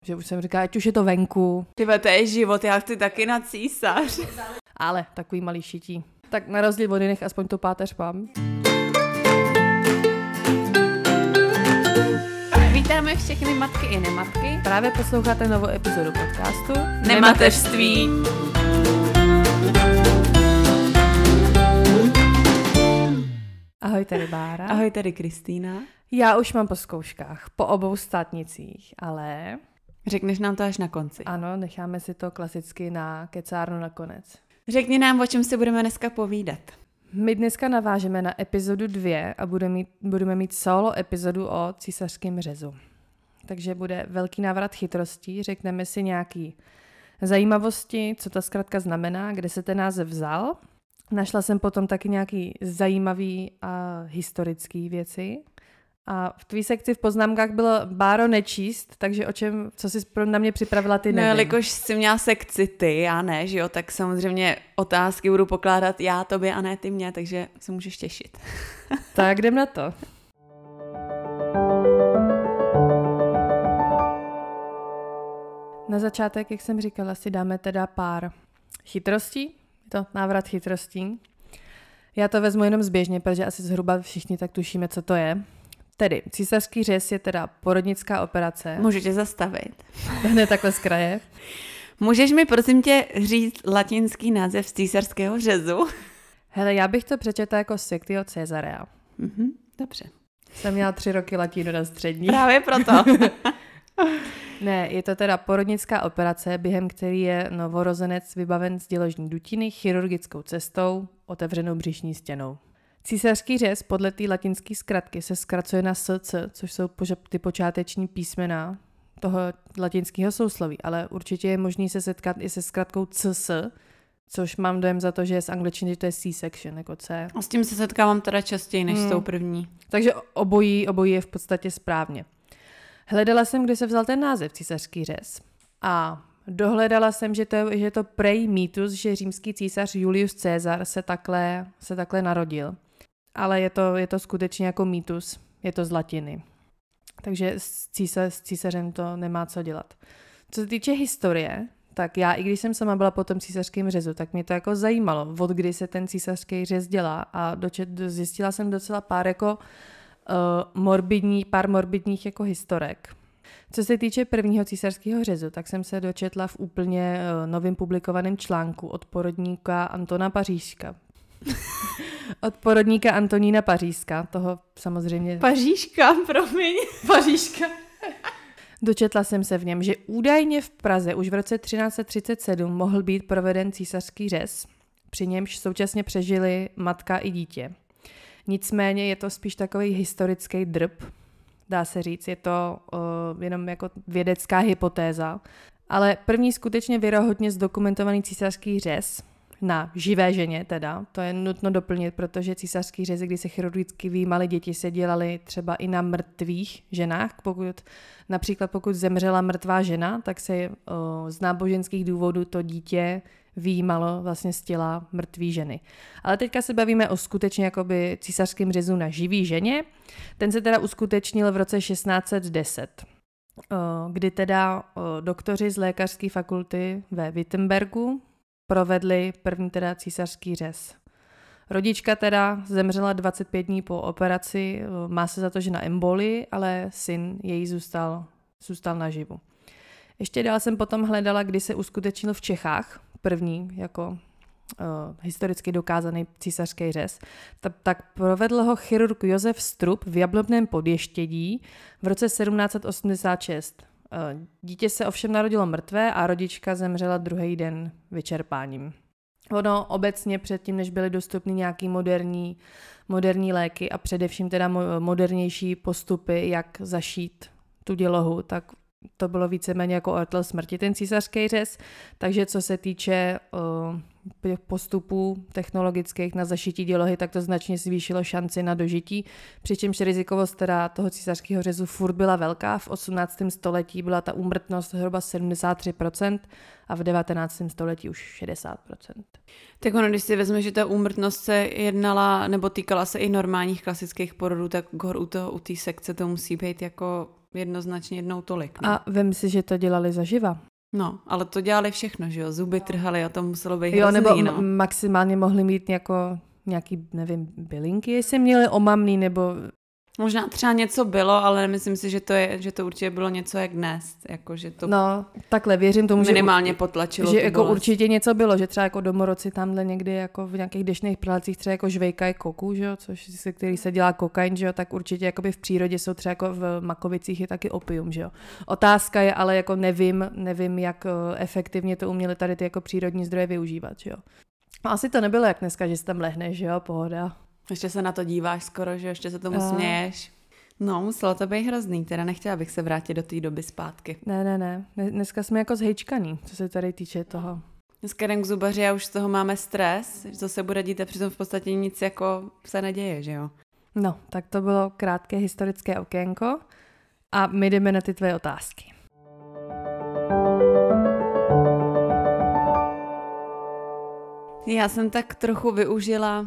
Že už jsem říkala, ať už je to venku. Tyhle, to je život, já chci taky na císař. Ale takový malý šití. Tak na rozdíl od jiných aspoň to páteř mám. Vítáme všechny matky i nematky. Právě posloucháte novou epizodu podcastu Nemateřství. Ahoj, tady Bára. Ahoj, tady Kristýna. Já už mám po zkouškách, po obou státnicích, ale... Řekneš nám to až na konci. Ano, necháme si to klasicky na kecárnu nakonec. Řekni nám, o čem si budeme dneska povídat. My dneska navážeme na epizodu 2 a budeme mít solo epizodu o císařském řezu. Takže bude velký návrat chytrostí, řekneme si nějaký zajímavosti, co ta zkratka znamená, kde se ten název vzal. Našla jsem potom taky nějaký zajímavý a historický věci. A v tvý sekci v poznámkách bylo Báro nečíst, takže co jsi na mě připravila ty, nevím. No, jelikož jsi měla sekci ty, já ne, že jo, tak samozřejmě otázky budu pokládat já tobě a ne ty mě, takže se můžeš těšit. Tak jdem na to. Na začátek, jak jsem říkala, si dáme teda pár chytrostí, to návrat chytrostí. Já to vezmu jenom zběžně, protože asi zhruba všichni tak tušíme, co to je. Tedy císařský řez je teda porodnická operace. Můžete zastavit. Ne takhle z kraje. Můžeš mi prosím tě říct latinský název císařského řezu? Hele, já bych to přečetla jako Sectio Caesarea. Dobře. Jsem měla 3 roky latinu na střední. Právě proto. Ne, je to teda porodnická operace, během který je novorozenec vybaven z děložní dutiny chirurgickou cestou, otevřenou břišní stěnou. Císařský řez podle té latinské zkratky se zkracuje na SC, což jsou ty počáteční písmena toho latinského sousloví, ale určitě je možný se setkat i se zkratkou CS, což mám dojem za to, že je z angličtiny, že to je C-section, jako C. A s tím se setkávám teda častěji než s tou první. Takže obojí je v podstatě správně. Hledala jsem, kde se vzal ten název císařský řez. A dohledala jsem, že je to prej mýtus, že římský císař Julius Caesar se takhle narodil. Ale je to skutečně jako mýtus, je to z latiny. Takže s císařem to nemá co dělat. Co se týče historie, tak já, i když jsem sama byla po tom císařském řezu, tak mě to jako zajímalo, od kdy se ten císařský řez dělá. A zjistila jsem docela pár morbidních jako historek. Co se týče prvního císařského řezu, tak jsem se dočetla v úplně novým publikovaném článku od porodníka Antona Pařížka. Od porodníka Antonína Pařížka, toho samozřejmě... Pařížka, promiň. Pařížka. Dočetla jsem se v něm, že údajně v Praze už v roce 1337 mohl být proveden císařský řez, při němž současně přežili matka i dítě. Nicméně je to spíš takový historický drb, dá se říct, je to jenom jako vědecká hypotéza, ale první skutečně věrohodně zdokumentovaný císařský řez na živé ženě teda, to je nutno doplnit, protože císařský řezy, kdy se chirurgicky vyjímaly děti, se dělaly třeba i na mrtvých ženách, pokud zemřela mrtvá žena, tak se z náboženských důvodů to dítě vyjímalo vlastně z těla mrtvý ženy. Ale teďka se bavíme o skutečně jakoby císařském řezu na živý ženě. Ten se teda uskutečnil v roce 1610, kdy teda doktoři z lékařské fakulty ve Wittenbergu provedli první teda císařský řez. Rodička teda zemřela 25 dní po operaci, má se za to, že na embolii, ale syn její zůstal naživu. Ještě dál jsem potom hledala, kdy se uskutečnil v Čechách první jako historicky dokázaný císařský řez, tak provedl ho chirurg Josef Strup v Jablonném Podještědí v roce 1786. Dítě se ovšem narodilo mrtvé a rodička zemřela druhý den vyčerpáním. Ono obecně předtím, než byly dostupny nějaký moderní léky a především teda modernější postupy, jak zašít tu dělohu, tak to bylo víceméně jako ortel smrti, ten císařský řez. Takže co se týče postupů technologických na zašití dělohy, tak to značně zvýšilo šanci na dožití, přičemž rizikovost teda toho císařského řezu furt byla velká. V 18. století byla ta úmrtnost zhruba 73% a v 19. století už 60%. Tak ono, když si vezme, že ta úmrtnost se jednala nebo týkala se i normálních klasických porodů, tak hor u té sekce to musí být jako jednoznačně jednou tolik. Ne? A vem si, že to dělali zaživa. No, ale to dělali všechno, že jo? Zuby trhali a to muselo být Jo, hrozný, nebo maximálně mohli mít jako nějaký, nevím, bylinky, jestli měli omamný, nebo... Možná třeba něco bylo, ale myslím si, že to určitě bylo něco jak dnes. Jako, že to no, takhle věřím tomu, minimálně potlačilo že jako určitě něco bylo, že třeba jako domorodci tamhle někdy jako v nějakých deštných pralcích třeba jako žvejkají koku, že jo, který se dělá kokain, že jo, tak určitě jakoby v přírodě jsou třeba jako v Makovicích je taky opium, že jo. Otázka je, ale jako nevím, jak efektivně to uměli tady ty jako přírodní zdroje využívat, že jo. Asi to nebylo jak dneska, že si tam lehneš, že jo, pohoda. Ještě se na to díváš skoro, že ještě se tomu směješ. No, muselo to být hrozný, teda nechtěla bych se vrátit do té doby zpátky. Ne. Dneska jsme jako zhejčkaný, co se tady týče toho. Dneska jdem k zubaři a už z toho máme stres, že to se bude dít a přitom v podstatě nic jako se neděje, že jo? No, tak to bylo krátké historické okénko a my jdeme na ty tvoje otázky. Já jsem tak trochu využila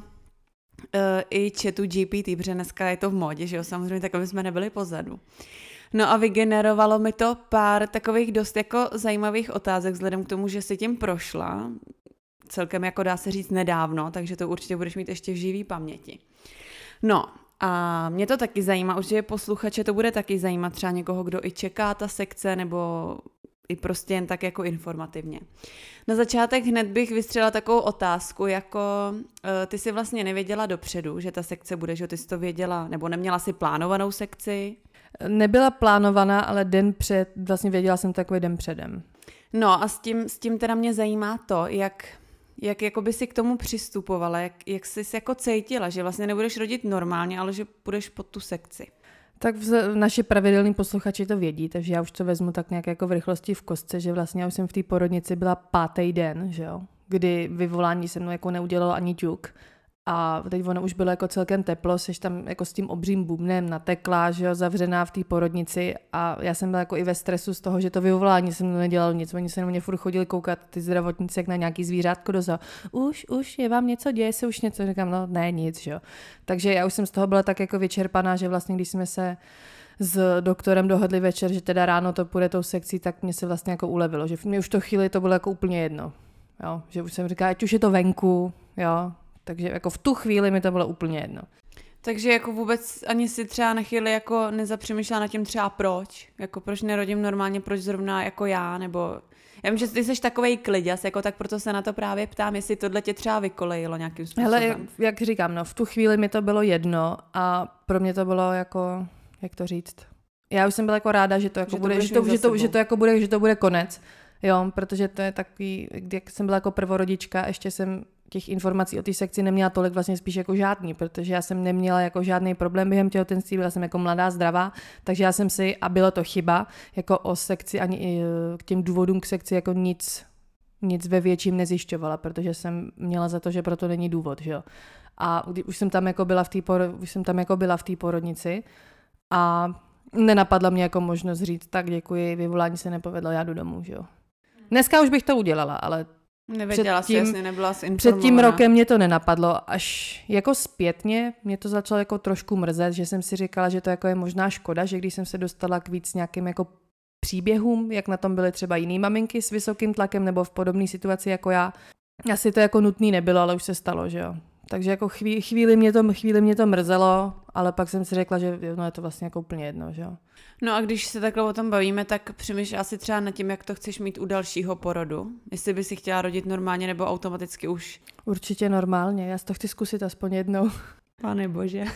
i chatu GPT, protože dneska je to v módě, že jo, samozřejmě tak, aby jsme nebyli pozadu. No a vygenerovalo mi to pár takových dost jako zajímavých otázek, vzhledem k tomu, že si tím prošla, celkem jako dá se říct nedávno, takže to určitě budeš mít ještě v živý paměti. No a mě to taky zajímá, určitě posluchače to bude taky zajímat třeba někoho, kdo i čeká ta sekce, nebo i prostě jen tak jako informativně. Na začátek hned bych vystřelila takovou otázku, jako ty si vlastně nevěděla dopředu, že ta sekce bude, že ty jsi to věděla, nebo neměla si plánovanou sekci? Nebyla plánovaná, ale den před, vlastně věděla jsem takový den předem. No a s tím teda mě zajímá to, jak jakoby si k tomu přistupovala, jak jsi se jako cítila, že vlastně nebudeš rodit normálně, ale že půjdeš pod tu sekci. Tak naši pravidelní posluchači to vědí, takže já už to vezmu tak nějak jako v rychlosti v kostce, že vlastně já už jsem v té porodnici byla 5. den, že jo, kdy vyvolání se mnou jako neudělalo ani ťuk. A teď ono už bylo jako celkem teplo, seš tam jako s tím obřím bubnem natekla, že jo, zavřená v té porodnici a já jsem byla jako i ve stresu z toho, že to vyvolání se mnou nedělalo nic, oni se na mě furt chodili koukat, ty zdravotníci, jak na nějaký zvířátko dozor. Už, je vám něco, děje se už něco, říkám, no ne, nic, že jo. Takže já už jsem z toho byla tak jako vyčerpaná, že vlastně, když jsme se s doktorem dohodli večer, že teda ráno to půjde tou sekcí, tak mě se vlastně jako ulevilo, že mě už to chvíli to bylo jako úplně jedno, jo, že už jsem říkala, ať už je to venku, jo. Takže jako v tu chvíli mi to bylo úplně jedno. Takže jako vůbec ani si třeba na chvíli jako nezapřemýšlela nad tím třeba proč? Jako proč nerodím normálně, proč zrovna jako já, nebo... Já vím, že ty jsi takovej kliděs, jako tak proto se na to právě ptám, jestli tohle tě třeba vykolejilo nějakým způsobem. Hele, jak říkám, no v tu chvíli mi to bylo jedno a pro mě to bylo jako, jak to říct? Já už jsem byla jako ráda, že to jako bude, že to bude konec. Jo, protože to je takový, jak jsem byla jako prvorodička, ještě jsem těch informací o té sekci neměla tolik, vlastně spíš jako žádný, protože já jsem neměla jako žádný problém během těhotenství, byla jsem jako mladá, zdravá, takže já jsem si, a bylo to chyba, jako o sekci ani k těm důvodům k sekci jako nic ve větším nezjišťovala, protože jsem měla za to, že proto není důvod, že jo. A už jsem tam jako byla v té porodnici a nenapadla mě jako možnost říct, tak děkuji, vyvolání se nepovedlo, já jdu domů, že jo. Dneska už bych to udělala, ale nevěděla jsi, jasně, nebyla jsi před informovaná. tím rokem mě to nenapadlo, až jako zpětně mě to začalo jako trošku mrzet, že jsem si říkala, že to jako je možná škoda, že když jsem se dostala k víc nějakým jako příběhům, jak na tom byly třeba jiný maminky s vysokým tlakem nebo v podobné situaci jako já, asi to jako nutný nebylo, ale už se stalo, že jo. Takže jako chvíli mě to mrzelo, ale pak jsem si řekla, že no, je to vlastně jako úplně jedno, že jo. No a když se takhle o tom bavíme, tak přemýšlej asi třeba nad tím, jak to chceš mít u dalšího porodu. Jestli by si chtěla rodit normálně nebo automaticky už. Určitě normálně, já si to chci zkusit aspoň jednou. Pane bože.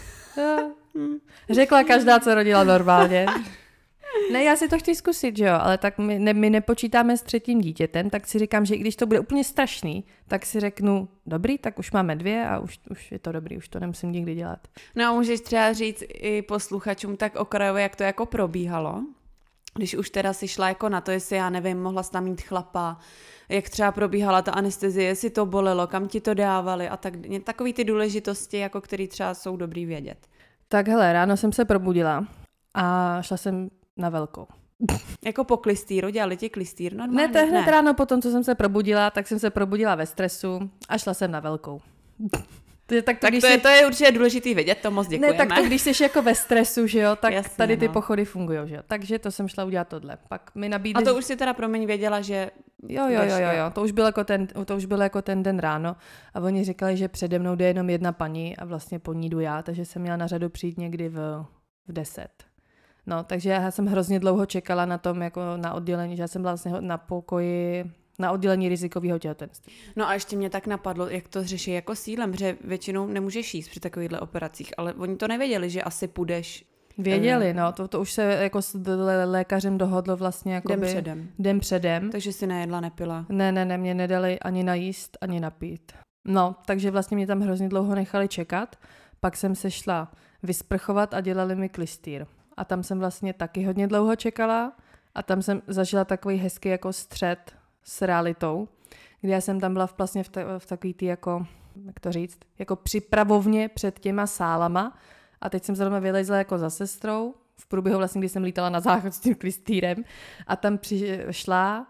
Řekla každá, co rodila normálně. Ne, já si to chci zkusit, že jo, ale tak my nepočítáme s 3. dítětem, tak si říkám, že i když to bude úplně strašný, tak si řeknu, dobrý, tak už máme 2 a už je to dobrý, už to nemusím nikdy dělat. No a můžeš třeba říct i posluchačům tak okrajově, jak to jako probíhalo, když už teda si šla jako na to, jestli já nevím, mohla jsi tam mít chlapa, jak třeba probíhala ta anestezie, jestli to bolelo, kam ti to dávali a tak, takový ty důležitosti, jako který třeba jsou dobrý vědět. Tak hele, ráno jsem se probudila a šla jsem na velkou. Jako po klistýru, dělali ti klistýr normálně? Ne, to je hned ráno potom, co jsem se probudila, tak jsem se probudila ve stresu a šla jsem na velkou. To je určitě důležitý vědět, to moc děkujeme. Ne, tak to když jsi jako ve stresu, že jo, tak jasně, tady ty pochody fungují, že jo. Takže to jsem šla udělat tohle. Pak mi nabídli... A to už si teda promiň věděla, že... Jo, to už bylo jako ten den ráno a oni říkali, že přede mnou jde jenom jedna paní a vlastně po ní jdu já, takže jsem měla na řadu přijít někdy v 10. No, takže já jsem hrozně dlouho čekala na tom, jako na oddělení, že já jsem byla vlastně na pokoji, na oddělení rizikového těhotenství. No a ještě mě tak napadlo, jak to řeší jako sílem, že většinou nemůžeš jíst při takovýchhle operacích, ale oni to nevěděli, že asi půjdeš. Věděli, no, to už se jako s lékařem dohodlo vlastně jako den předem. Takže si nejedla, nepila. Ne, mě nedali ani najíst, ani napít. No, takže vlastně mě tam hrozně dlouho nechali čekat, pak jsem se šla vysprchovat a dělali mi klystýr. A tam jsem vlastně taky hodně dlouho čekala a tam jsem zažila takový hezký jako střed s realitou, kdy já jsem tam byla vlastně v takový tý jako, jak to říct, jako připravovně před těma sálama a teď jsem zrovna vylezla jako za sestrou v průběhu vlastně, kdy jsem lítala na záchod s tím klystýrem a tam přišla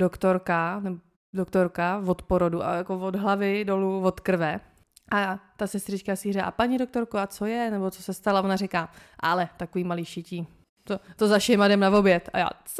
doktorka od porodu a jako od hlavy dolů od krve. A ta sestřička si říká, a paní doktorko, a co je? Nebo co se stalo? Ona říká, ale takový malý šití. To zašijeme jdem na oběd. A já, co?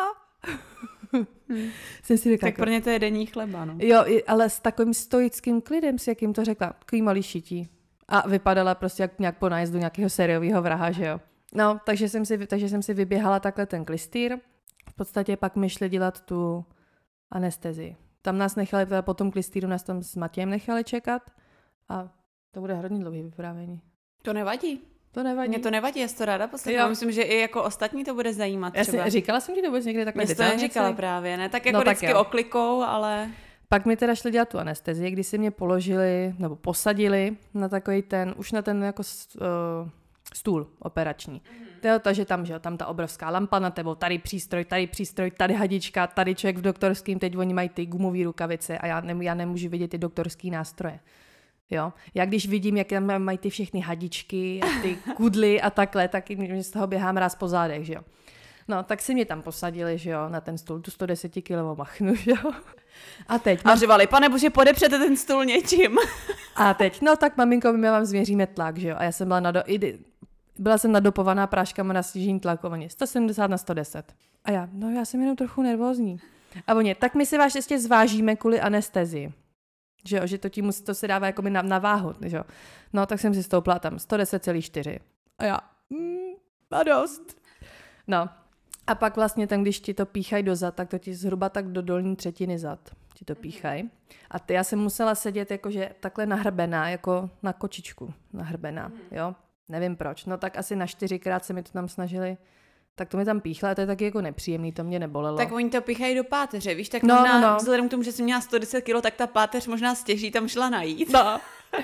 Jsem si říkala, tak pro ně to je denní chleba, no. Jo, ale s takovým stoickým klidem, s jakým to řekla. Takový malý šití. A vypadala prostě jak nějak po nájezdu nějakého sériového vraha, že jo. No, takže jsem si vyběhala takhle ten klystýr. V podstatě pak mi šli dělat tu anestezii. Tam nás nechali, po tom klystýru nás tam s Matějem nechali čekat. A to bude hrozně dlouhý vyprávění. To nevadí. Mně to nevadí, já to ráda poslechnu. Myslím, že i jako ostatní to bude zajímat třeba. Říkala jsem ti to vůbec někde takhle detailně? Mě to neříkala právě, ne? Tak jako vždycky oklikou, ale... Pak mi teda šli dělat tu anestezii, kdy si mě položili, nebo posadili na takový už na ten jako stůl operační. Takže tam ta obrovská lampa na tebou, tady přístroj, tady hadička, tady člověk v doktorským, teď oni mají ty gumové rukavice a já nemůžu vidět ty doktorský nástroje. Jo? Já když vidím, jak tam mají ty všechny hadičky a ty kudly a takhle, tak z toho běhám ráz po zádech, že jo. No, tak si mě tam posadili, že jo, na ten stůl, tu 110 kilovou machnu, že jo. A teď... A řvali, pane bože, podepřete ten stůl něčím. A teď, no tak maminko, my vám změříme tlak, že jo. A já jsem byla jsem nadopovaná práškama na snížení tlaku, 170 na 110. A já jsem jenom trochu nervózní. A oni, tak my si vás ještě zvážíme kvůli anestezii. Že to se dává jako na váhu, že jo. No, tak jsem si stoupla tam 110,4. A já, a dost. No, a pak vlastně tam, když ti to píchají do zad, tak to ti zhruba tak do dolní třetiny zad ti to píchají. A já jsem musela sedět jakože takhle nahrbená, jako na kočičku nahrbená, jo. Nevím proč, no tak asi na 4krát se mi to tam snažili. Tak to mi tam píchla a to je taky jako nepříjemný, to mě nebolelo. Tak oni to píchají do páteře, víš, tak možná vzhledem k tomu, že jsem měla 110 kg, tak ta páteř možná stěží tam šla najít. No.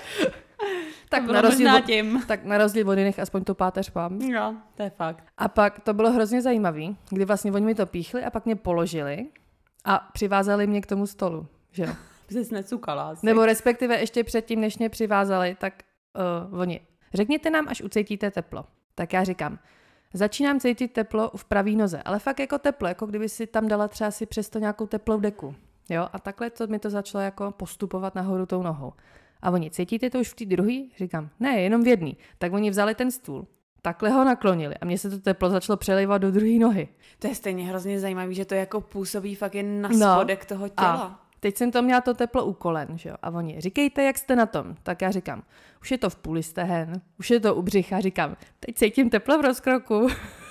tak na rozdíl od jiných aspoň tu páteř mám. No, to je fakt. A pak to bylo hrozně zajímavý, kdy vlastně oni mi to píchli a pak mě položili a přivázali mě k tomu stolu, že jo. Jsi necukala asi. Nebo respektive ještě předtím, než mě přivázali, tak oni, řekněte nám, až ucítíte teplo. Tak já říkám, začínám cítit teplo v pravý noze, ale fakt jako teplo, jako kdyby si tam dala třeba si přesto nějakou teplou deku. Jo? A takhle mi to začalo jako postupovat nahoru tou nohou. A oni, cítíte to už v té druhý? Říkám, ne, jenom v jedný. Tak oni vzali ten stůl, takhle ho naklonili a mně se to teplo začalo přelévat do druhé nohy. To je stejně hrozně zajímavý, že to jako působí fakt jen na spodek toho těla. A teď jsem to měla to teplo u kolen, že jo? A oni, říkejte, jak jste na tom. Tak já říkám, už je to v půli stehen, už je to u břicha, říkám, teď cítím teplo v rozkroku.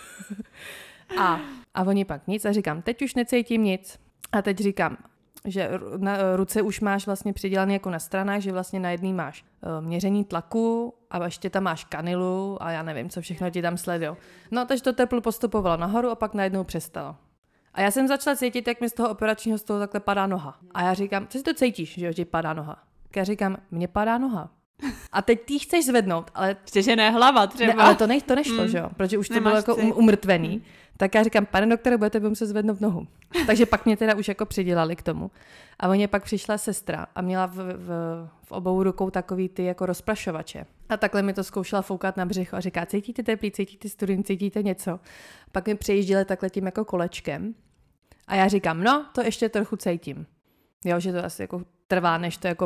a oni pak nic a říkám, teď už necítím nic. A teď říkám, že na ruce už máš vlastně přidělaný jako na stranách, že vlastně na jedný máš měření tlaku a ještě tam máš kanilu a já nevím, co všechno ti tam sledují. No, takže to teplo postupovalo nahoru a pak najednou přestalo. A já jsem začala cítit, jak mi z toho operačního stolu takhle padá noha. A já říkám, co si to cítíš, že ti padá noha? Tak já říkám, mně padá noha. A teď ty chceš zvednout, ale... Ještě ne hlava třeba. Ne, ale to nešlo, že jo? Protože už to bylo jako umrtvený. Tak já říkám, pane doktore, budete muset zvednout nohu. Takže pak mě teda už jako přidělali k tomu. A oni pak přišla sestra a měla v obou rukou takový ty jako rozprašovače. A takhle mi to zkoušela foukat na břicho a říká, cítíte teplý, cítíte studený, cítíte něco. Pak mi přejížděli takhle tím jako kolečkem. A já říkám, no, to ještě trochu cítím. Jo, že to asi jako trvá, než to jako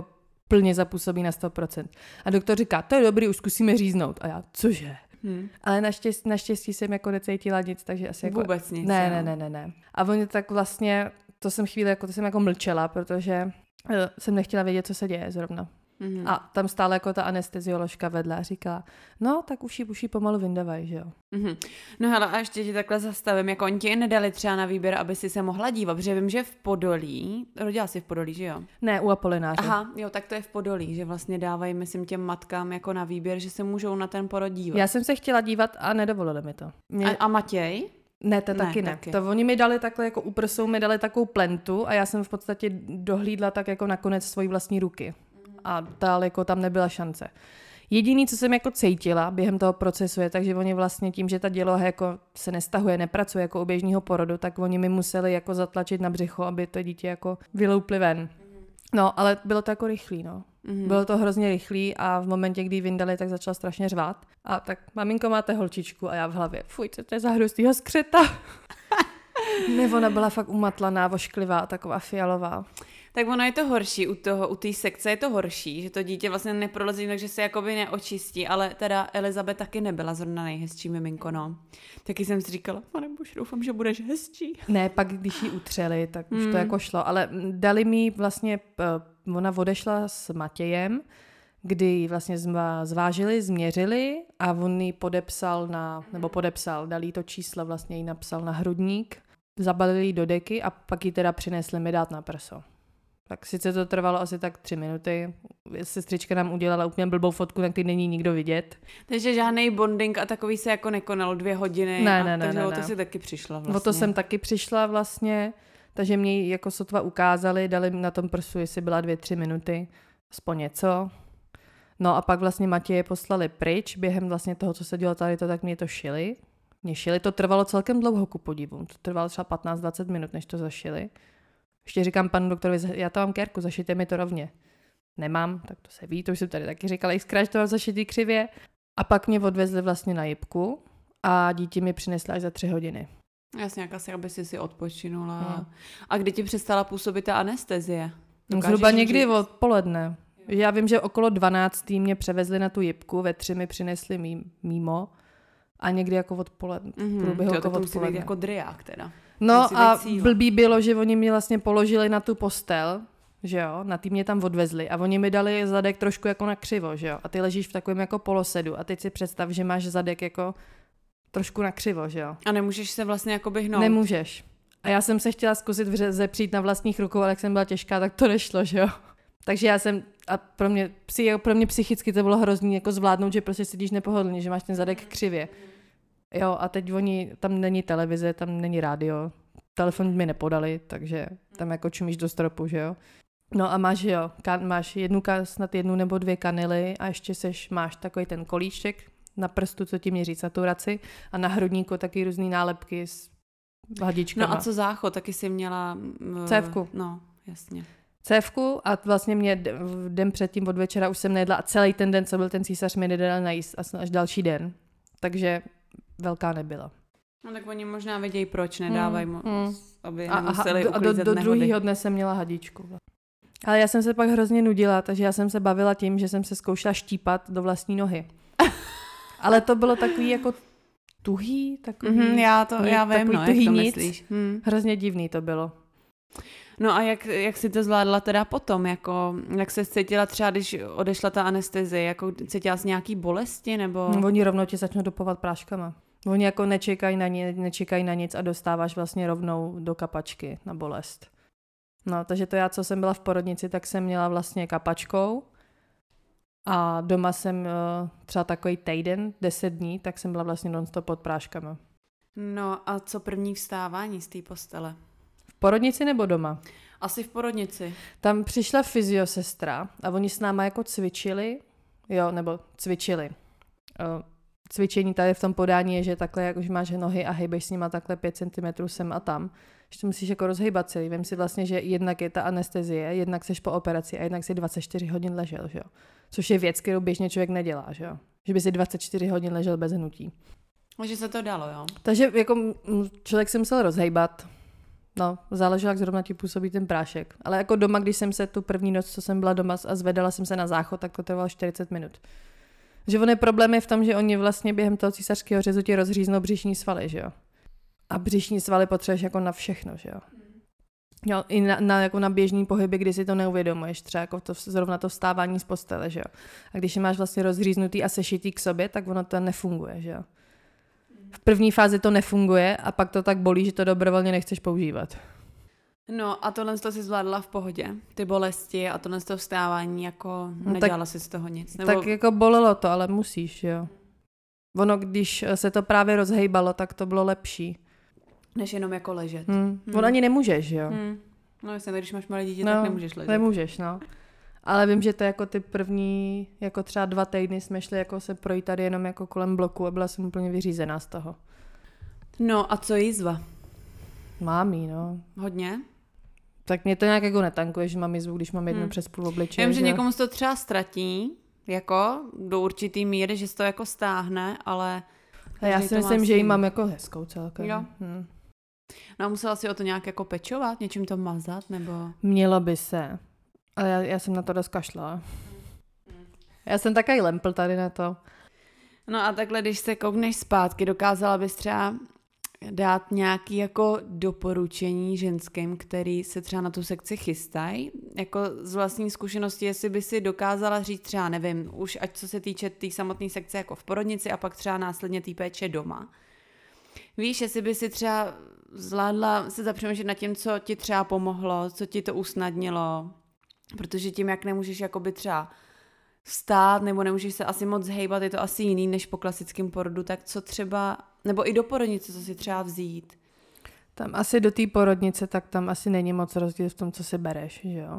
plně zapůsobí na 100%. A doktor říká, to je dobrý, už zkusíme říznout. A já, cože? Ale naštěstí jsem jako necítila nic, takže asi jako... Vůbec nic. Ne. A oni tak vlastně, to jsem jako mlčela, protože jsem nechtěla vědět, co se děje zrovna. A tam stále jako ta anestezioložka vedla a říkala, no tak už ji pomalu vyndávají, že jo. No hele, a ještě ti takhle zastavím, jako oni ti nedali třeba na výběr, aby si se mohla dívat, protože vím, že v Podolí, rodila jsi v Podolí, že jo? Ne, u Apolináře. Aha, jo, tak to je v Podolí, že vlastně dávají, myslím, těm matkám jako na výběr, že se můžou na ten porod dívat. Já jsem se chtěla dívat a nedovolili mi to. A Matěj? Ne, to taky ne. To oni mi dali takhle jako u prsou, mi dali takovou plentu a já jsem v podstatě dohlídla tak jako nakonec svojí vlastní ruky. A dál jako tam nebyla šance. Jediný, co jsem jako cítila během toho procesu je, takže oni vlastně tím, že ta děloha jako se nestahuje, nepracuje jako u běžného porodu, tak oni mi museli jako zatlačit na břicho, aby to dítě jako vyloupli ven. No, ale bylo to jako rychlý, no. Bylo to hrozně rychlý a v momentě, kdy ji vyndali, tak začala strašně řvát. A tak, maminko, máte holčičku? A já v hlavě, fuj, co to je za hru z tého skřeta? Ne, ona byla fakt umatlaná, vošklivá, taková fialová. Tak ono je to horší, u té sekce je to horší, že to dítě vlastně neprolezí, takže se jakoby neočistí, ale teda Elizabeth taky nebyla zrovna nejhezčí miminko, no. Taky jsem si říkala, pane bože, doufám, že budeš hezčí. Ne, pak když ji utřeli, tak už to jako šlo, ale dali mi vlastně, ona odešla s Matějem, kdy vlastně zvážili, změřili a on ji podepsal, dal jí to číslo, vlastně jí napsal na hrudník, zabalili ji do deky a pak ji teda přinesli mi dát na prso. Tak sice to trvalo asi tak 3 minuty. Sestřička nám udělala úplně blbou fotku, na který není nikdo vidět. Takže žádný bonding a takový se jako nekonalo 2 hodiny. Takže o to si taky přišla vlastně. O to jsem taky přišla vlastně, takže mě ji jako sotva ukázali, dali na tom prsu, jestli byla 2-3 minuty, aspoň něco. No a pak vlastně Matěje poslali pryč, během vlastně toho, co se dělo tady, tak mě to šili. To trvalo celkem dlouho ku podivu. To trvalo třeba 15-20 minut, než to zašili. Ještě říkám panu doktorovi, já to mám kérku, zašijte mi to rovně. Nemám, tak to se ví, to už jsem tady taky říkala, xkrát, to mám zašitý křivě. A pak mě odvezli vlastně na jipku a dítě mi přinesla až za 3 hodiny. Jasně, jak asi, aby si odpočinula. A kdy ti přestala působit ta anestezie? Zhruba někdy odpoledne. Já vím, že okolo 12. mě převezli na tu jipku, ve 3 mi přinesli mimo a někdy jako odpoledne. To musí být jako driák teda. No a blbý bylo, že oni mě vlastně položili na tu postel, že jo, na tý mě tam odvezli a oni mi dali zadek trošku jako na křivo, že jo, a ty ležíš v takovém jako polosedu a teď si představ, že máš zadek jako trošku na křivo, že jo. A nemůžeš se vlastně jakoby hnout. Nemůžeš. A já jsem se chtěla zkusit zepřít na vlastních rukou, ale jak jsem byla těžká, tak to nešlo, že jo. Takže já jsem, a pro mě psychicky to bylo hrozný jako zvládnout, že prostě sedíš nepohodlně, že máš ten zadek křivě. Jo, a teď tam není televize, tam není rádio, telefon mi nepodali, takže tam jako čumíš do stropu, že jo. No a máš snad 1 nebo 2 kanily a ještě máš takový ten kolíček na prstu, co ti měří saturaci a na hrudníku taky různý nálepky s hadičkama. No a co záchod, taky jsi měla... Cévku. No, jasně. Cévku a vlastně mě den předtím od večera už jsem nejedla a celý ten den, co byl ten císař, mi nedal najíst až další den. Takže velká nebyla. No tak oni možná vědějí, proč nedávají aby nemuseli uklízet do druhého dne jsem měla hadičku. Ale já jsem se pak hrozně nudila, takže já jsem se bavila tím, že jsem se zkoušela štípat do vlastní nohy. Ale to bylo takový jako tuhý, takový... já vím, jak to myslíš. Hrozně divný to bylo. No a jak jsi to zvládla teda potom, jako, jak se cítila třeba, když odešla ta anestezie, jako cítila jsi nějaký bolesti, nebo... Oni rovnou tě začnou dopovat práškama. Oni jako nečekají na nic a dostáváš vlastně rovnou do kapačky na bolest. No, takže to já, co jsem byla v porodnici, tak jsem měla vlastně kapačkou a doma jsem třeba takový týden, 10 dní, tak jsem byla vlastně non-stop pod práškama. No a co první vstávání z té postele? V porodnici nebo doma? Asi v porodnici. Tam přišla fyziosestra a oni s náma jako cvičili. Cvičení tady v tom podání je, že takhle, jak už máš nohy a hejbeš s nima takhle 5 cm sem a tam, že to musíš jako rozhejbat celý. Vem si vlastně, že jednak je ta anestezie, jednak seš po operaci a jednak si 24 hodin ležel, že jo. Což je věc, kterou běžně člověk nedělá, že jo. Že by si 24 hodin ležel bez hnutí. Takže se to dalo, jo. Takže jako člověk se musel rozhejbat. No, záleželo, jak zrovna ti působí ten prášek. Ale jako doma, když jsem se tu první noc, co jsem byla doma a zvedala jsem se na záchod, tak to trvalo 40 minut. Že on je problém je v tom, že oni vlastně během toho císařského řezu ti rozříznou břišní svaly, že jo. A břišní svaly potřebuješ jako na všechno, že jo. Jo, i jako na běžný pohyby, kdy si to neuvědomuješ, třeba jako zrovna to vstávání z postele, že jo. A když je máš vlastně rozříznutý a sešitý k sobě, tak ono to nefunguje, že jo. V první fázi to nefunguje a pak to tak bolí, že to dobrovolně nechceš používat. No a tohle to si zvládla v pohodě, ty bolesti a tohle to vstávání, jako nedělala si z toho nic. Nebo... Tak jako bolelo to, ale musíš, jo. Ono, když se to právě rozhejbalo, tak to bylo lepší. Než jenom jako ležet. On ani nemůžeš, jo. No jasně, když máš malé dítě, tak nemůžeš ležet. Nemůžeš, no. Ale vím, že to jako ty první, jako třeba 2 týdny jsme šli jako se projít tady jenom jako kolem bloku a byla jsem úplně vyřízená z toho. No a co jízva? Mám jí, no. Hodně? Tak mě to nějak jako netankuje, že mám jízvu, když mám jednu přes půl obličeje. Vím, že někomu se to třeba ztratí, jako do určitý míry, že se to jako stáhne, ale... A já si myslím, že ji mám jako hezkou celkem. Jo. No a musela si o to nějak jako pečovat, něčím to mazat, nebo... Mělo by se. Ale já jsem na to dost kašla. Já jsem takový lempl tady na to. No a takhle, když se koukneš zpátky, dokázala bys třeba dát nějaký jako doporučení ženským, který se třeba na tu sekci chystají? Jako z vlastní zkušenosti, jestli by si dokázala říct třeba, nevím, už ať co se týče té samotné sekce jako v porodnici a pak třeba následně té péče doma. Víš, jestli by si třeba zvládla se zapřemýšlet nad tím, co ti třeba pomohlo, co ti to usnadnilo, protože tím, jak nemůžeš jakoby třeba vstát, nebo nemůžeš se asi moc hejbat, je to asi jiný než po klasickém porodu, tak co třeba, nebo i do porodnice, co si třeba vzít? Tam asi do té porodnice, tak tam asi není moc rozdíl v tom, co si bereš, že jo?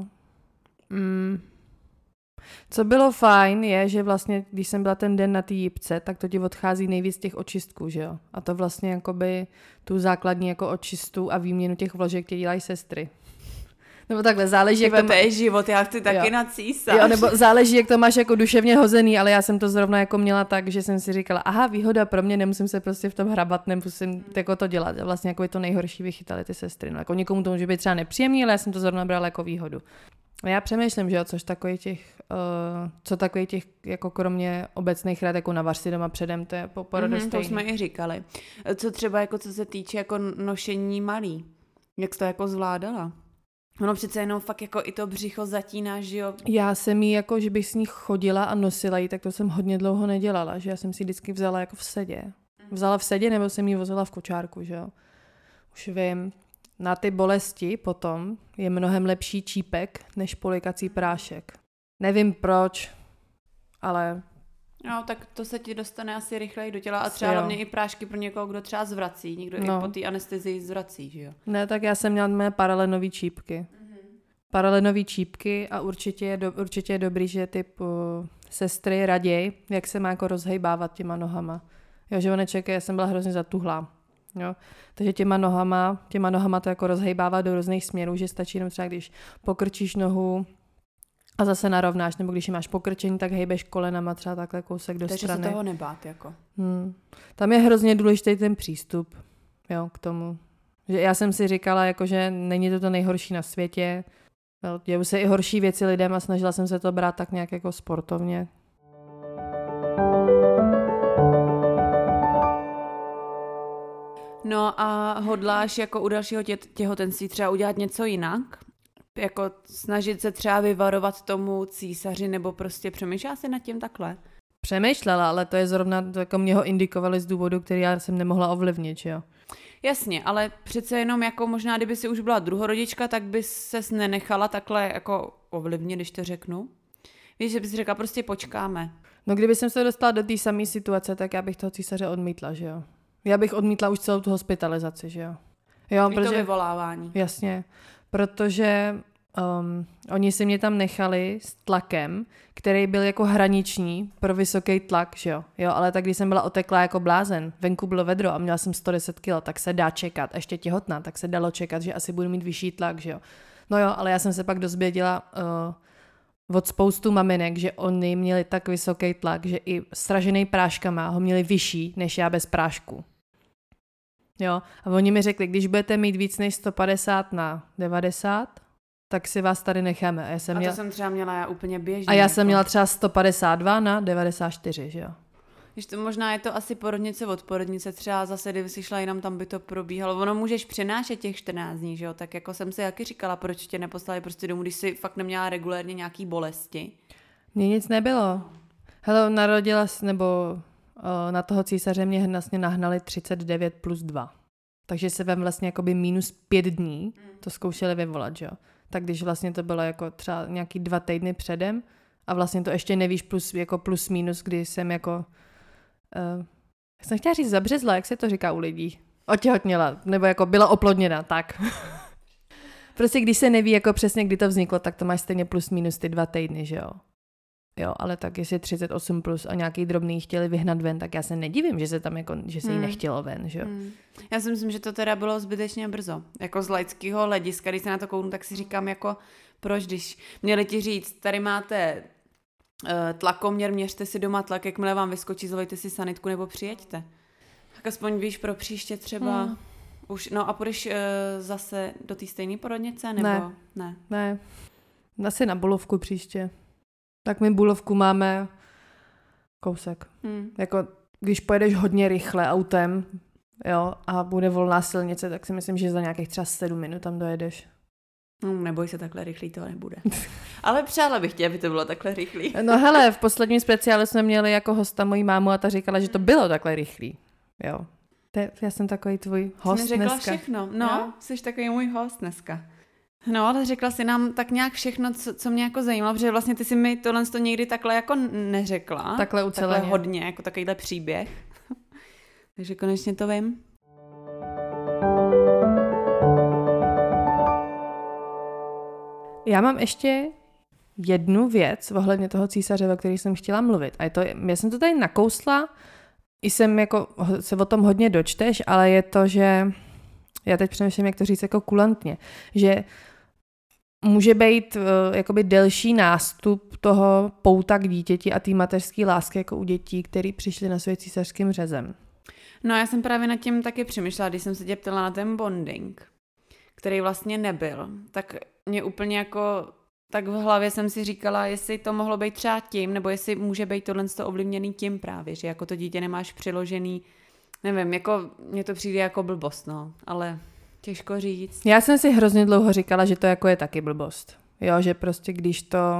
Co bylo fajn je, že vlastně, když jsem byla ten den na té jipce, tak to ti odchází nejvíc těch očistků, že jo? A to vlastně jakoby tu základní jako očistu a výměnu těch vložek tě dělají sestry. Nebo takhle, záleží, jak to je život, já chci taky na císař. Jo, nebo záleží, jak to máš jako duševně hozený, ale já jsem to zrovna jako měla tak, že jsem si říkala, aha, výhoda pro mě, nemusím se prostě v tom hrabat, nemusím jako to dělat. A vlastně jako je to nejhorší vychytali ty sestry. No, jako někomu to může být třeba nepříjemný, ale já jsem to zrovna brala jako výhodu. A já přemýšlím, že jo, co takových těch, jako kromě obecných rad, jako navař si doma předem, to je po porodu stejný. To jsme i říkali. Co třeba, jako co se týče jako nošení malý, jak jsi to jako zvládala? Ono přece jenom fakt jako i to břicho zatínáš, že jo? Já jsem jí jako, že bych s ní chodila a nosila jí, tak to jsem hodně dlouho nedělala, že já jsem si vždycky vzala jako v sedě. Vzala v sedě, nebo jsem jí vozila v kočárku, že jo? Už vím. Na ty bolesti potom je mnohem lepší čípek než polikací prášek. Nevím proč, ale... No, tak to se ti dostane asi rychleji do těla a třeba hlavně i prášky pro někoho, kdo třeba zvrací. Někdo i po té anestezii zvrací, že jo? Ne, tak já jsem měla mé paralenový čípky. Paralenový čípky a určitě je dobrý, že ty sestry raději, jak se má jako rozhejbávat těma nohama. Jo, že on čeká, já jsem byla hrozně zatuhlá. Jo. Takže těma nohama to jako rozhejbává do různých směrů, že stačí jenom třeba, když pokrčíš nohu a zase narovnáš, nebo když máš pokrčení, tak hejbeš kolenama třeba takhle kousek do strany. Takže se toho nebát, jako. Tam je hrozně důležitý ten přístup, jo, k tomu. Že já jsem si říkala, jako, že není to nejhorší na světě. Dějou se i horší věci lidem a snažila jsem se to brát tak nějak jako sportovně. No a hodláš jako u dalšího těhotenství třeba udělat něco jinak? Jako snažit se třeba vyvarovat tomu císaři nebo prostě přemýšlela si nad tím takhle? Přemýšlela, ale to je zrovna, to jako mě ho indikovali z důvodu, který já jsem nemohla ovlivnit, že jo? Jasně, ale přece jenom jako možná, kdyby si už byla druhorodička, tak bys ses nenechala takhle jako ovlivnit, když to řeknu. Víš, že bys řekla, prostě počkáme. No kdyby jsem se dostala do té samé situace, tak já bych toho císaře odmítla, že jo? Já bych odmítla už celou tu hospitalizaci, že jo? Jo, protože to vyvolávání. Jasně, protože oni si mě tam nechali s tlakem, který byl jako hraniční pro vysoký tlak, že jo? Jo, ale tak když jsem byla oteklá jako blázen, venku bylo vedro a měla jsem 110 kg, tak se dá čekat, a ještě těhotná, tak se dalo čekat, že asi budu mít vyšší tlak, že jo? No jo, ale já jsem se pak dozvěděla od spoustu maminek, že oni měli tak vysoký tlak, že i sražený práškama ho měli vyšší, než já bez prášku. Jo, a oni mi řekli, když budete mít víc než 150/90, tak si vás tady necháme. A to jsem třeba měla já úplně běžně. A já jsem měla třeba 152/94, že jo. Když to možná je to asi porodnice od porodnice, třeba zase, kdyby si šla jinam, tam by to probíhalo. Ono můžeš přenášet těch 14 dní, že jo, tak jako jsem si taky říkala, proč tě neposlali prostě domů, když si fakt neměla regulérně nějaký bolesti. Mně nic nebylo. Hele, narodila nebo na toho císaře mě vlastně nahnali 39+2. Takže se vem vlastně jakoby -5 dní, to zkoušeli vyvolat, že jo. Tak když vlastně to bylo jako třeba nějaký 2 týdny předem a vlastně to ještě nevíš plus minus, kdy jsem jako jak jsem chtěla říct zabřezla, jak se to říká u lidí? Otěhotněla, nebo jako byla oplodněna, tak. Prostě když se neví jako přesně, kdy to vzniklo, tak to máš stejně plus minus ty 2 týdny, že jo. Jo, ale tak jestli 38+ a nějaký drobný chtěli vyhnat ven, tak já se nedivím, že se tam jako, že se jí nechtělo ven, že jo. Já si myslím, že to teda bylo zbytečně brzo. Jako z laického hlediska, když se na to kouknu, tak si říkám jako, proč, když měli ti říct, tady máte tlakoměr, měřte si doma tlak, jakmile vám vyskočí, zvolejte si sanitku nebo přijeďte. Tak aspoň víš pro příště třeba už, no a půjdeš zase do té stejné porodnice, nebo Ne. Asi na Bulovku příště. Tak my Bulovku máme kousek. Jako když pojedeš hodně rychle autem, jo, a bude volná silnice, tak si myslím, že za nějakých třeba 7 minut tam dojedeš. Neboj se, takhle rychlý to nebude. Ale přála bych tě, aby to bylo takhle rychlý. No hele, v posledním speciálu jsme měli jako hosta moji mámu a ta říkala, že to bylo takhle rychlý. Jo. Já jsem takový tvůj host jsi řekla dneska. Všechno. No, jsi takový můj host dneska. No, ale řekla jsi nám tak nějak všechno, co mě jako zajímalo, protože vlastně ty si mi tohle to nikdy takhle jako neřekla. Takhle uceleně. Takhle hodně, jako takovýhle příběh. Takže konečně to vím. Já mám ještě jednu věc ohledně toho císaře, o který jsem chtěla mluvit. A já jsem to tady nakousla, i jsem jako se o tom hodně dočteš, ale je to, že já teď přemýšlím, jak to říct jako kulantně, že může být jakoby delší nástup toho pouta k dítěti a té mateřské lásky jako u dětí, který přišli na svět císařským řezem. No já jsem právě nad tím taky přemýšlela, když jsem se tě ptala na ten bonding, který vlastně nebyl, tak mě úplně jako tak v hlavě jsem si říkala, jestli to mohlo být třeba tím, nebo jestli může být tohle ovlivněný tím právě, že jako to dítě nemáš přiložený, nevím, jako mně to přijde jako blbost, no, ale těžko říct. Já jsem si hrozně dlouho říkala, že to jako je taky blbost. Jo, že prostě když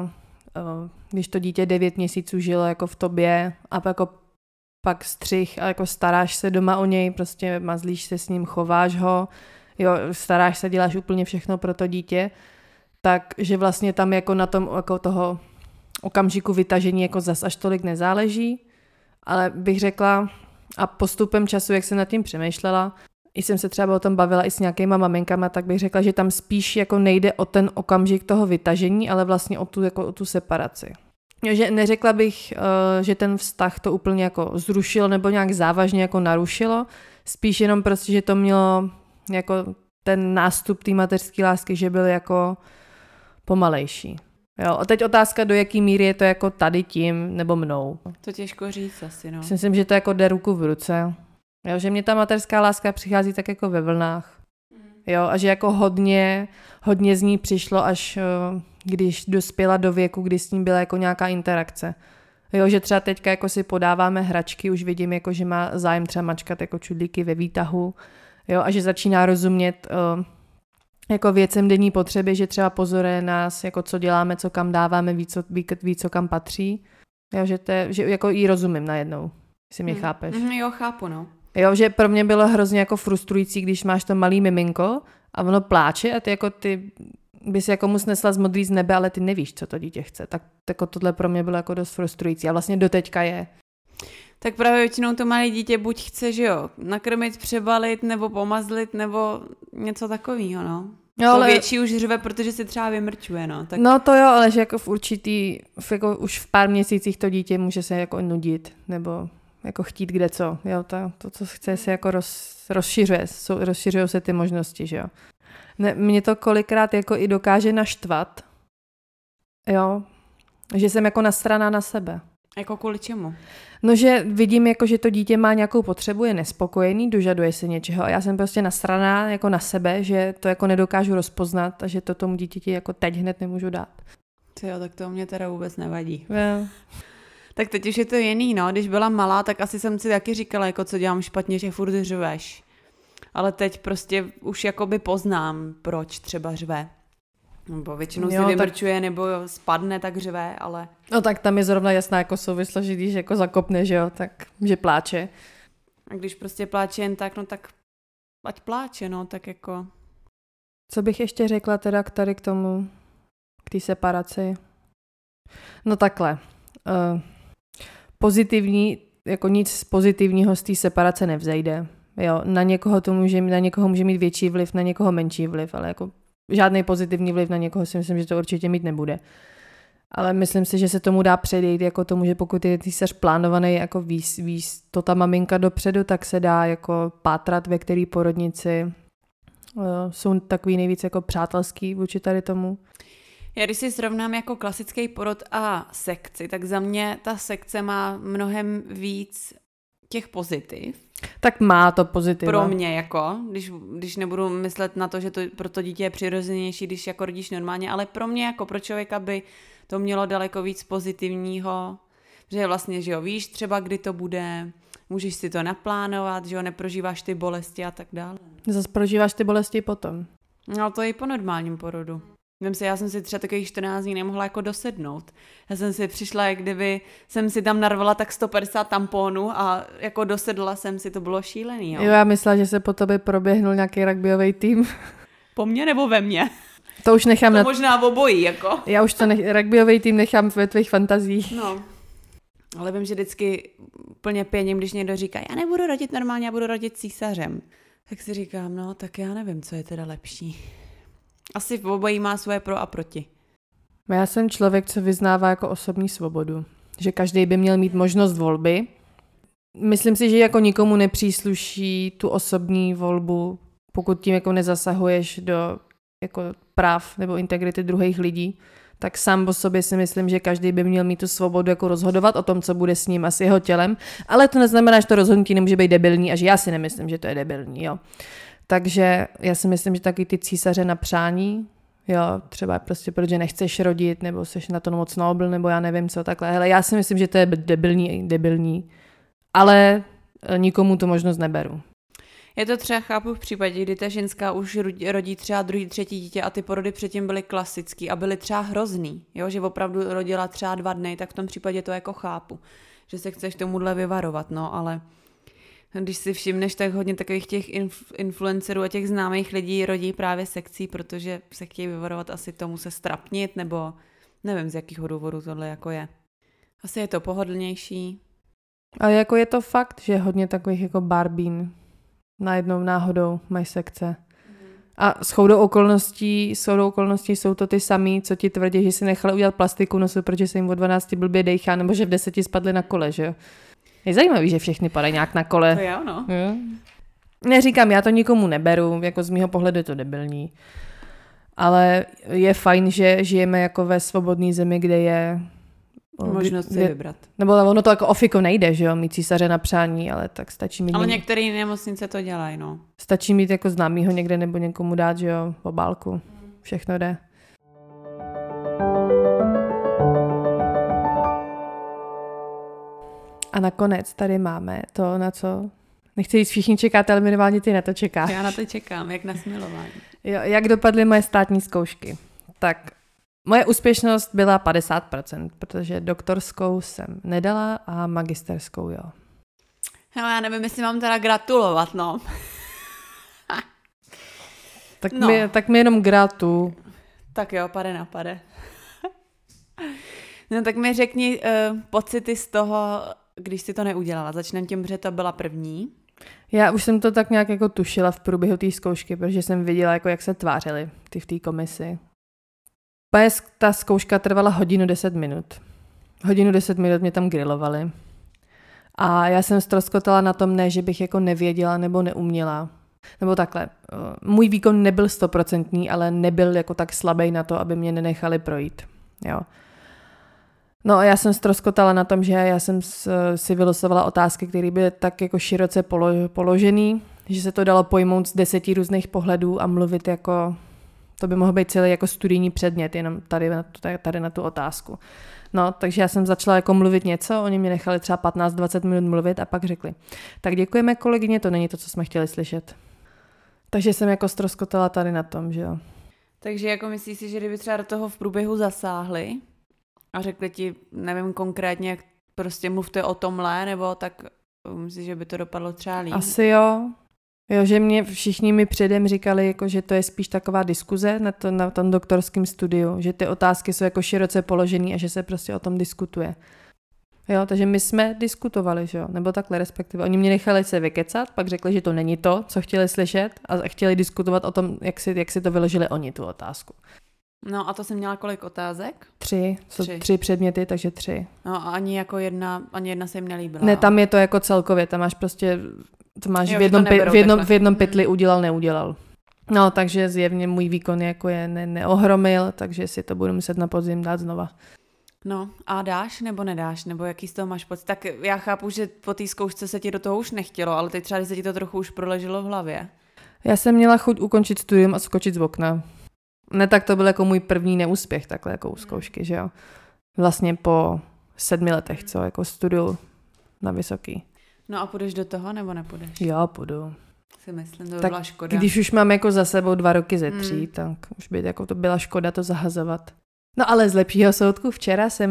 to dítě 9 měsíců žilo jako v tobě a jako pak střih a jako staráš se doma o něj, prostě mazlíš se s ním, chováš ho, jo, staráš se, děláš úplně všechno pro to dítě, takže vlastně tam jako na tom jako toho okamžiku vytažení jako zas až tolik nezáleží, ale bych řekla a postupem času, jak jsem nad tím přemýšlela, i jsem se třeba o tom bavila i s nějakýma maminkama, tak bych řekla, že tam spíš jako nejde o ten okamžik toho vytažení, ale vlastně o tu separaci. Že neřekla bych, že ten vztah to úplně jako zrušilo nebo nějak závažně jako narušilo, spíš jenom prostě, že to mělo jako ten nástup té mateřské lásky, že byl jako pomalejší. Jo, a teď otázka, do jaký míry je to jako tady tím nebo mnou. To těžko říct asi, no. Myslím, že to jako jde ruku v ruce. Jo, že mě ta mateřská láska přichází tak jako ve vlnách. Jo, a že jako hodně z ní přišlo, až když dospěla do věku, kdy s ním byla jako nějaká interakce. Jo, že třeba teďka jako si podáváme hračky, už vidím, jako, že má zájem třeba mačkat jako čudlíky ve výtahu. Jo, a že začíná rozumět jako věcem denní potřeby, že třeba pozoruje nás, jako co děláme, co kam dáváme, ví, co kam patří. Jo, že jako jí rozumím najednou, jestli mě chápeš. Jo, chápu, no. Jo, že pro mě bylo hrozně jako frustrující, když máš to malý miminko a ono pláče a ty bys jako mu snesla z modrý z nebe, ale ty nevíš, co to dítě chce. Tak jako tohle pro mě bylo jako dost frustrující a vlastně doteďka je. Tak právě většinou to malé dítě buď chce, že jo, nakrmit, přebalit, nebo pomazlit, nebo něco takového, no. Jo, ale větší už řve, protože se třeba vymrčuje, no. Tak... No to jo, ale že jako jako už v pár měsících to dítě může se jako nudit, nebo jako chtít kde co. Jo, to co chce, se jako rozšiřují se ty možnosti, že jo. Mě to kolikrát jako i dokáže naštvat, jo, že jsem jako nasraná na sebe. Jako kvůli čemu? No, že vidím, jako, že to dítě má nějakou potřebu, je nespokojený, dožaduje si něčeho a já jsem prostě nasraná jako na sebe, že to jako nedokážu rozpoznat a že to tomu dítěti jako teď hned nemůžu dát. Jo, tak to mě teda vůbec nevadí. Yeah. Tak teď už je to jiný, no. Když byla malá, tak asi jsem si taky říkala, jako co dělám špatně, že furt řveš. Ale teď prostě už jakoby poznám, proč třeba řve. Nebo většinou si vymrčuje, nebo spadne, tak řve, ale... No tak tam je zrovna jasná jako souvislost, že když jako zakopne, že jo, tak že pláče. A když prostě pláče jen tak, no tak ať pláče, no, tak jako... Co bych ještě řekla teda k tomu, k té separaci? No takhle. Pozitivní, jako nic pozitivního z té separace nevzejde. Jo, na někoho může mít větší vliv, na někoho menší vliv, ale jako žádný pozitivní vliv na někoho si myslím, že to určitě mít nebude. Ale myslím si, že se tomu dá předejít jako tomu, že pokud je císař plánovaný jako víc to ta maminka dopředu, tak se dá jako pátrat, ve který porodnici jsou takový nejvíc jako přátelský vůči tady tomu. Já když si srovnám jako klasický porod a sekci, tak za mě ta sekce má mnohem víc těch pozitiv. Tak má to pozitiva. Pro mě jako, když nebudu myslet na to, že to pro to dítě je přirozenější, když jako rodíš normálně, ale pro mě jako pro člověka by to mělo daleko víc pozitivního, že vlastně, že jo, víš třeba, kdy to bude, můžeš si to naplánovat, že jo, neprožíváš ty bolesti a tak dále. Zase prožíváš ty bolesti potom. No to je i po normálním porodu. Já jsem si třeba takových 14 dní nemohla jako dosednout. Já jsem si přišla, jak kdyby jsem si tam narvala tak 150 tamponů a jako dosedla jsem si, to bylo šílený. Jo, já myslela, že se po tobě proběhnul nějaký rugbyový tým. Po mně nebo ve mně? To už nechám to možná v obojí, jako. Já už to rugbyový tým nechám ve tvých fantazích. No, ale vím, že vždycky plně pěním, když někdo říká, já nebudu rodit normálně, já budu rodit císařem. Tak si říkám, no, tak já nevím, co je teda lepší. Asi v obojí má svoje pro a proti. Já jsem člověk, co vyznává jako osobní svobodu. Že každý by měl mít možnost volby. Myslím si, že jako nikomu nepřísluší tu osobní volbu, pokud tím jako nezasahuješ do jako práv nebo integrity druhých lidí, tak sám o sobě si myslím, že každý by měl mít tu svobodu jako rozhodovat o tom, co bude s ním a s jeho tělem, ale to neznamená, že to rozhodnutí nemůže být debilní a že já si nemyslím, že to je debilní, jo. Takže já si myslím, že taky ty císaře na přání, jo, třeba prostě protože nechceš rodit, nebo jsi na to moc nobl, nebo já nevím co, takhle. Hele, já si myslím, že to je debilní, ale nikomu tu možnost neberu. Je to třeba, chápu, v případě, kdy ta ženská už rodí třeba druhý, třetí dítě a ty porody předtím byly klasický a byly třeba hrozný, jo, že opravdu rodila třeba 2 dny, tak v tom případě to jako chápu, že se chceš tomuhle vyvarovat, no, ale když si všimneš, tak hodně takových těch influencerů a těch známých lidí rodí právě sekcí, protože se chtějí vyvarovat asi tomu se strapnit, nebo nevím, z jakého důvodu tohle jako je. Asi je to pohodlnější. Ale jako je to fakt, že hodně takových jako barbín najednou náhodou mají sekce. A s chodou okolností jsou to ty samý, co ti tvrdí, že si nechali udělat plastiku nosu, protože se jim od 12 blbě dejchá, nebo že v 10 spadly na kole, že jo? Je zajímavý, že všechny padají nějak na kole. To je ono. Jo? Neříkám, já to nikomu neberu, jako z mýho pohledu je to debilní. Ale je fajn, že žijeme jako ve svobodné zemi, kde je možnost si vybrat. Nebo ono to jako ofiko nejde, že jo, mít císaře na přání, ale tak stačí mít... Ale některé nemocnice to dělají, no. Stačí mít jako známýho někde nebo někomu dát, že jo, obálku. Všechno jde. A nakonec tady máme to, na co... Nechci říct, všichni čekáte, ale minimálně ty na to čekáš. Já na to čekám, jak na smilování. Jo, jak dopadly moje státní zkoušky? Tak moje úspěšnost byla 50%, protože doktorskou jsem nedala a magisterskou jo. No, já nevím, jestli mám teda gratulovat, no. Tak mi jenom gratu. Tak jo, pade na pade. No tak mi řekni pocity z toho, když jsi to neudělala. Začneme tím, že to byla první. Já už jsem to tak nějak jako tušila v průběhu té zkoušky, protože jsem viděla, jako jak se tvářili ty v té komisi. Ta zkouška trvala 1:10. 1:10 mě tam grilovali. A já jsem ztroskotala na tom, ne, že bych jako nevěděla nebo neuměla. Nebo takhle. Můj výkon nebyl 100%, ale nebyl jako tak slabý na to, aby mě nenechali projít. Jo. No a já jsem ztroskotala na tom, že já jsem si vylosovala otázky, které byly tak jako široce položený, že se to dalo pojmout z 10 různých pohledů a mluvit jako, to by mohl být celý jako studijní předmět, jenom tady na tu otázku. No, takže já jsem začala jako mluvit něco, oni mě nechali třeba 15-20 minut mluvit a pak řekli, tak děkujeme kolegyně, to není to, co jsme chtěli slyšet. Takže jsem jako ztroskotala tady na tom, že jo. Takže jako myslíš si, že kdyby třeba do toho v průběhu zasáhli a řekli ti, nevím konkrétně, jak prostě mluvte o tomhle, nebo tak myslíš, že by to dopadlo třeba líp? Asi jo. Jo, že mě všichni mi předem říkali, jako, že to je spíš taková diskuze na tom doktorském studiu, že ty otázky jsou jako široce položené a že se prostě o tom diskutuje. Jo, takže my jsme diskutovali, že jo, nebo takhle respektive. Oni mě nechali se vykecat, pak řekli, že to není to, co chtěli slyšet a chtěli diskutovat o tom, jak si to vyložili oni, tu otázku. No a to jsem měla kolik otázek? 3. Jsou 3 předměty, takže 3. No a ani jedna se jim nelíbila. Ne, tam je to jako celkově, tam máš prostě, to máš jo, v jednom pytli udělal, neudělal. No, takže zjevně můj výkon jako je neohromil, takže si to budu muset na podzim dát znova. No a dáš nebo nedáš, nebo jaký z toho máš pocit? Tak já chápu, že po té zkoušce se ti do toho už nechtělo, ale teď třeba, když se ti to trochu už proleželo v hlavě. Já jsem měla chuť ukončit studium a skočit z okna. Ne, tak to byl jako můj první neúspěch takhle jako u zkoušky, že jo. Vlastně po 7 letech, co jako studiu na vysoký. No a půjdeš do toho, nebo nepůjdeš? Jo, půjdu. Si myslím, to by tak byla škoda. Když už mám jako za sebou 2 roky ze 3, tak už by jako to byla škoda to zahazovat. No ale z lepšího soudku včera jsem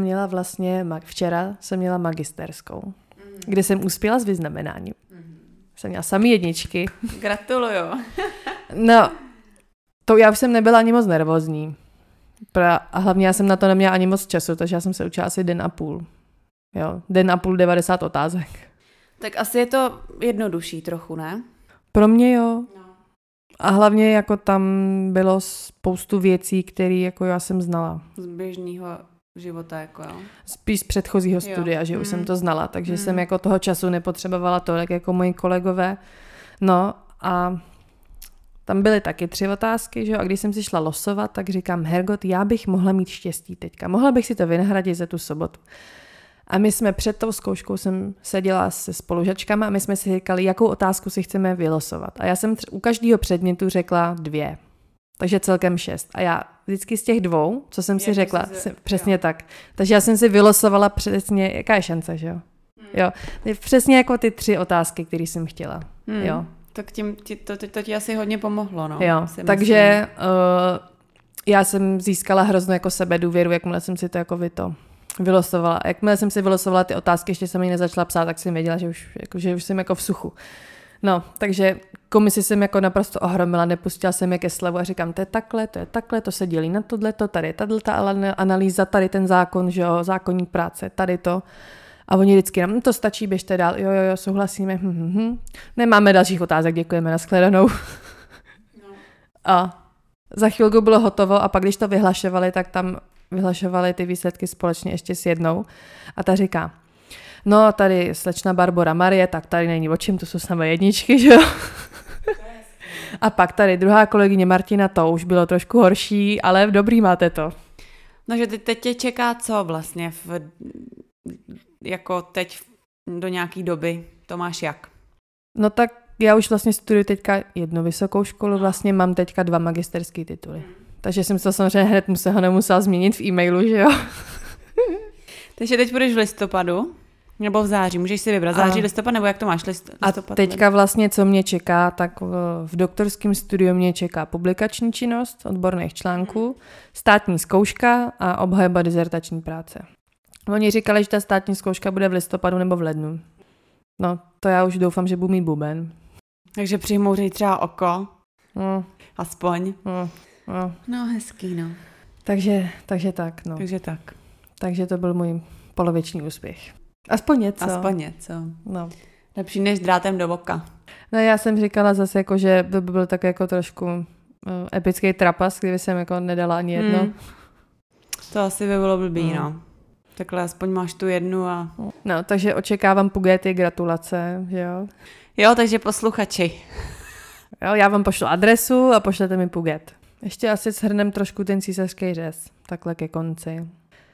měla magisterskou, kde jsem uspěla s vyznamenáním. Jsem měla samý 1. Gratuluju. No, to já už jsem nebyla ani moc nervózní. A hlavně já jsem na to neměla ani moc času, takže já jsem se učila asi 1,5. Jo, 1,5, 90 otázek. Tak asi je to jednodušší trochu, ne? Pro mě jo. No. A hlavně jako tam bylo spoustu věcí, které jako já jsem znala. Z běžného života, jako jo? Spíš z předchozího studia, že už jsem to znala, takže jsem jako toho času nepotřebovala tolik jako moji kolegové. No a tam byly taky 3 otázky, že jo? A když jsem si šla losovat, tak říkám, Hergot, já bych mohla mít štěstí teďka. Mohla bych si to vynahradit za tu sobotu. A my jsme před tou zkouškou jsem seděla se spolužačkama a my jsme si říkali, jakou otázku si chceme vylosovat. A já jsem u každého předmětu řekla 2. Takže celkem 6. A já vždycky z těch 2, co jsem si řekla, přesně tak. Takže já jsem si vylosovala přesně, jaká je šance, že jo? Jo. Přesně jako ty 3 otázky, které jsem chtěla. Jo. Tak to ti asi hodně pomohlo, no. Jo, takže já jsem získala hroznou jako sebedůvěru, jakmile jsem si to jako vylosovala. Jakmile jsem si vylosovala ty otázky, ještě jsem ji nezačala psát, tak jsem věděla, že už jsem jako v suchu. No, takže komisi jsem jako naprosto ohromila, nepustila jsem je ke slovu a říkám, to je takhle, to se dělí na tohleto, tady je tato analýza, tady ten zákon, že jo, zákonník práce, tady to. A oni vždycky nám, to stačí, běžte dál, jo, souhlasíme, Nemáme dalších otázek, děkujeme, nashledanou. No. A za chvilku bylo hotovo a pak, když to vyhlašovali, tak tam vyhlašovali ty výsledky společně ještě s jednou. A ta říká, no tady slečna Barbora Marie, tak tady není o čem, to jsou samé 1, že jo? A pak tady druhá kolegyně Martina, to už bylo trošku horší, ale dobrý máte to. No, že teď tě čeká co vlastně jako teď do nějaký doby, to máš jak? No tak já už vlastně studuji teďka 1 vysokou školu, vlastně mám teďka 2 magisterské tituly. Takže jsem to samozřejmě hned nemusela změnit v e-mailu, že jo? Takže teď budeš v listopadu, nebo v září, můžeš si vybrat září, listopad, nebo jak to máš listopad? A teďka vlastně, co mě čeká, tak v doktorském studiu mě čeká publikační činnost odborných článků, státní zkouška a obhajoba dizertační práce. Oni říkali, že ta státní zkouška bude v listopadu nebo v lednu. No, to já už doufám, že budu mít buben. Takže přijmouřej třeba oko. Aspoň. No, hezký, no. Takže tak, no. Takže tak. Takže to byl můj poloviční úspěch. Aspoň něco. No. Lepší než drátem do oka. No já jsem říkala zase, jako, že by byl tak jako trošku epický trapas, kdyby jsem jako nedala ani jedno. To asi by bylo blbý, no. Takhle aspoň máš tu 1 a... No, takže očekávám pugety, gratulace, jo. Jo, takže posluchači. Jo, já vám pošlu adresu a pošlete mi puget. Ještě asi shrnem trošku ten císařský řez, takhle ke konci.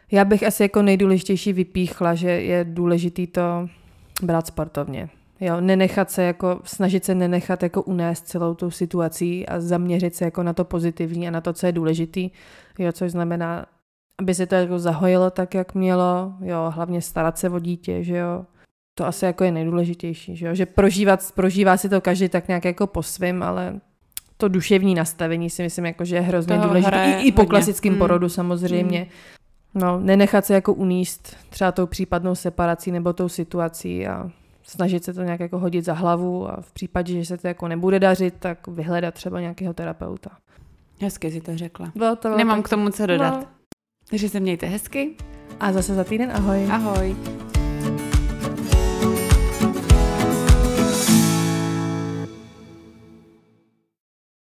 Já bych asi jako nejdůležitější vypíchla, že je důležitý to brát sportovně. Jo, snažit se nenechat jako unést celou tou situací a zaměřit se jako na to pozitivní a na to, co je důležitý. Jo, což znamená, aby se to jako zahojilo tak, jak mělo. Jo, hlavně starat se o dítě, že jo. To asi jako je nejdůležitější, že jo. Že prožívá si to každý tak nějak jako po svým, ale to duševní nastavení si myslím, jako, že je hrozně důležité. I po klasickém porodu samozřejmě. No, nenechat se jako uníst třeba tou případnou separací nebo tou situací a snažit se to nějak jako hodit za hlavu a v případě, že se to jako nebude dařit, tak vyhledat třeba nějakého terapeuta. Hezky si to řekla. To Nemám k tomu co dodat. Takže se mějte hezky. A zase za týden ahoj. Ahoj.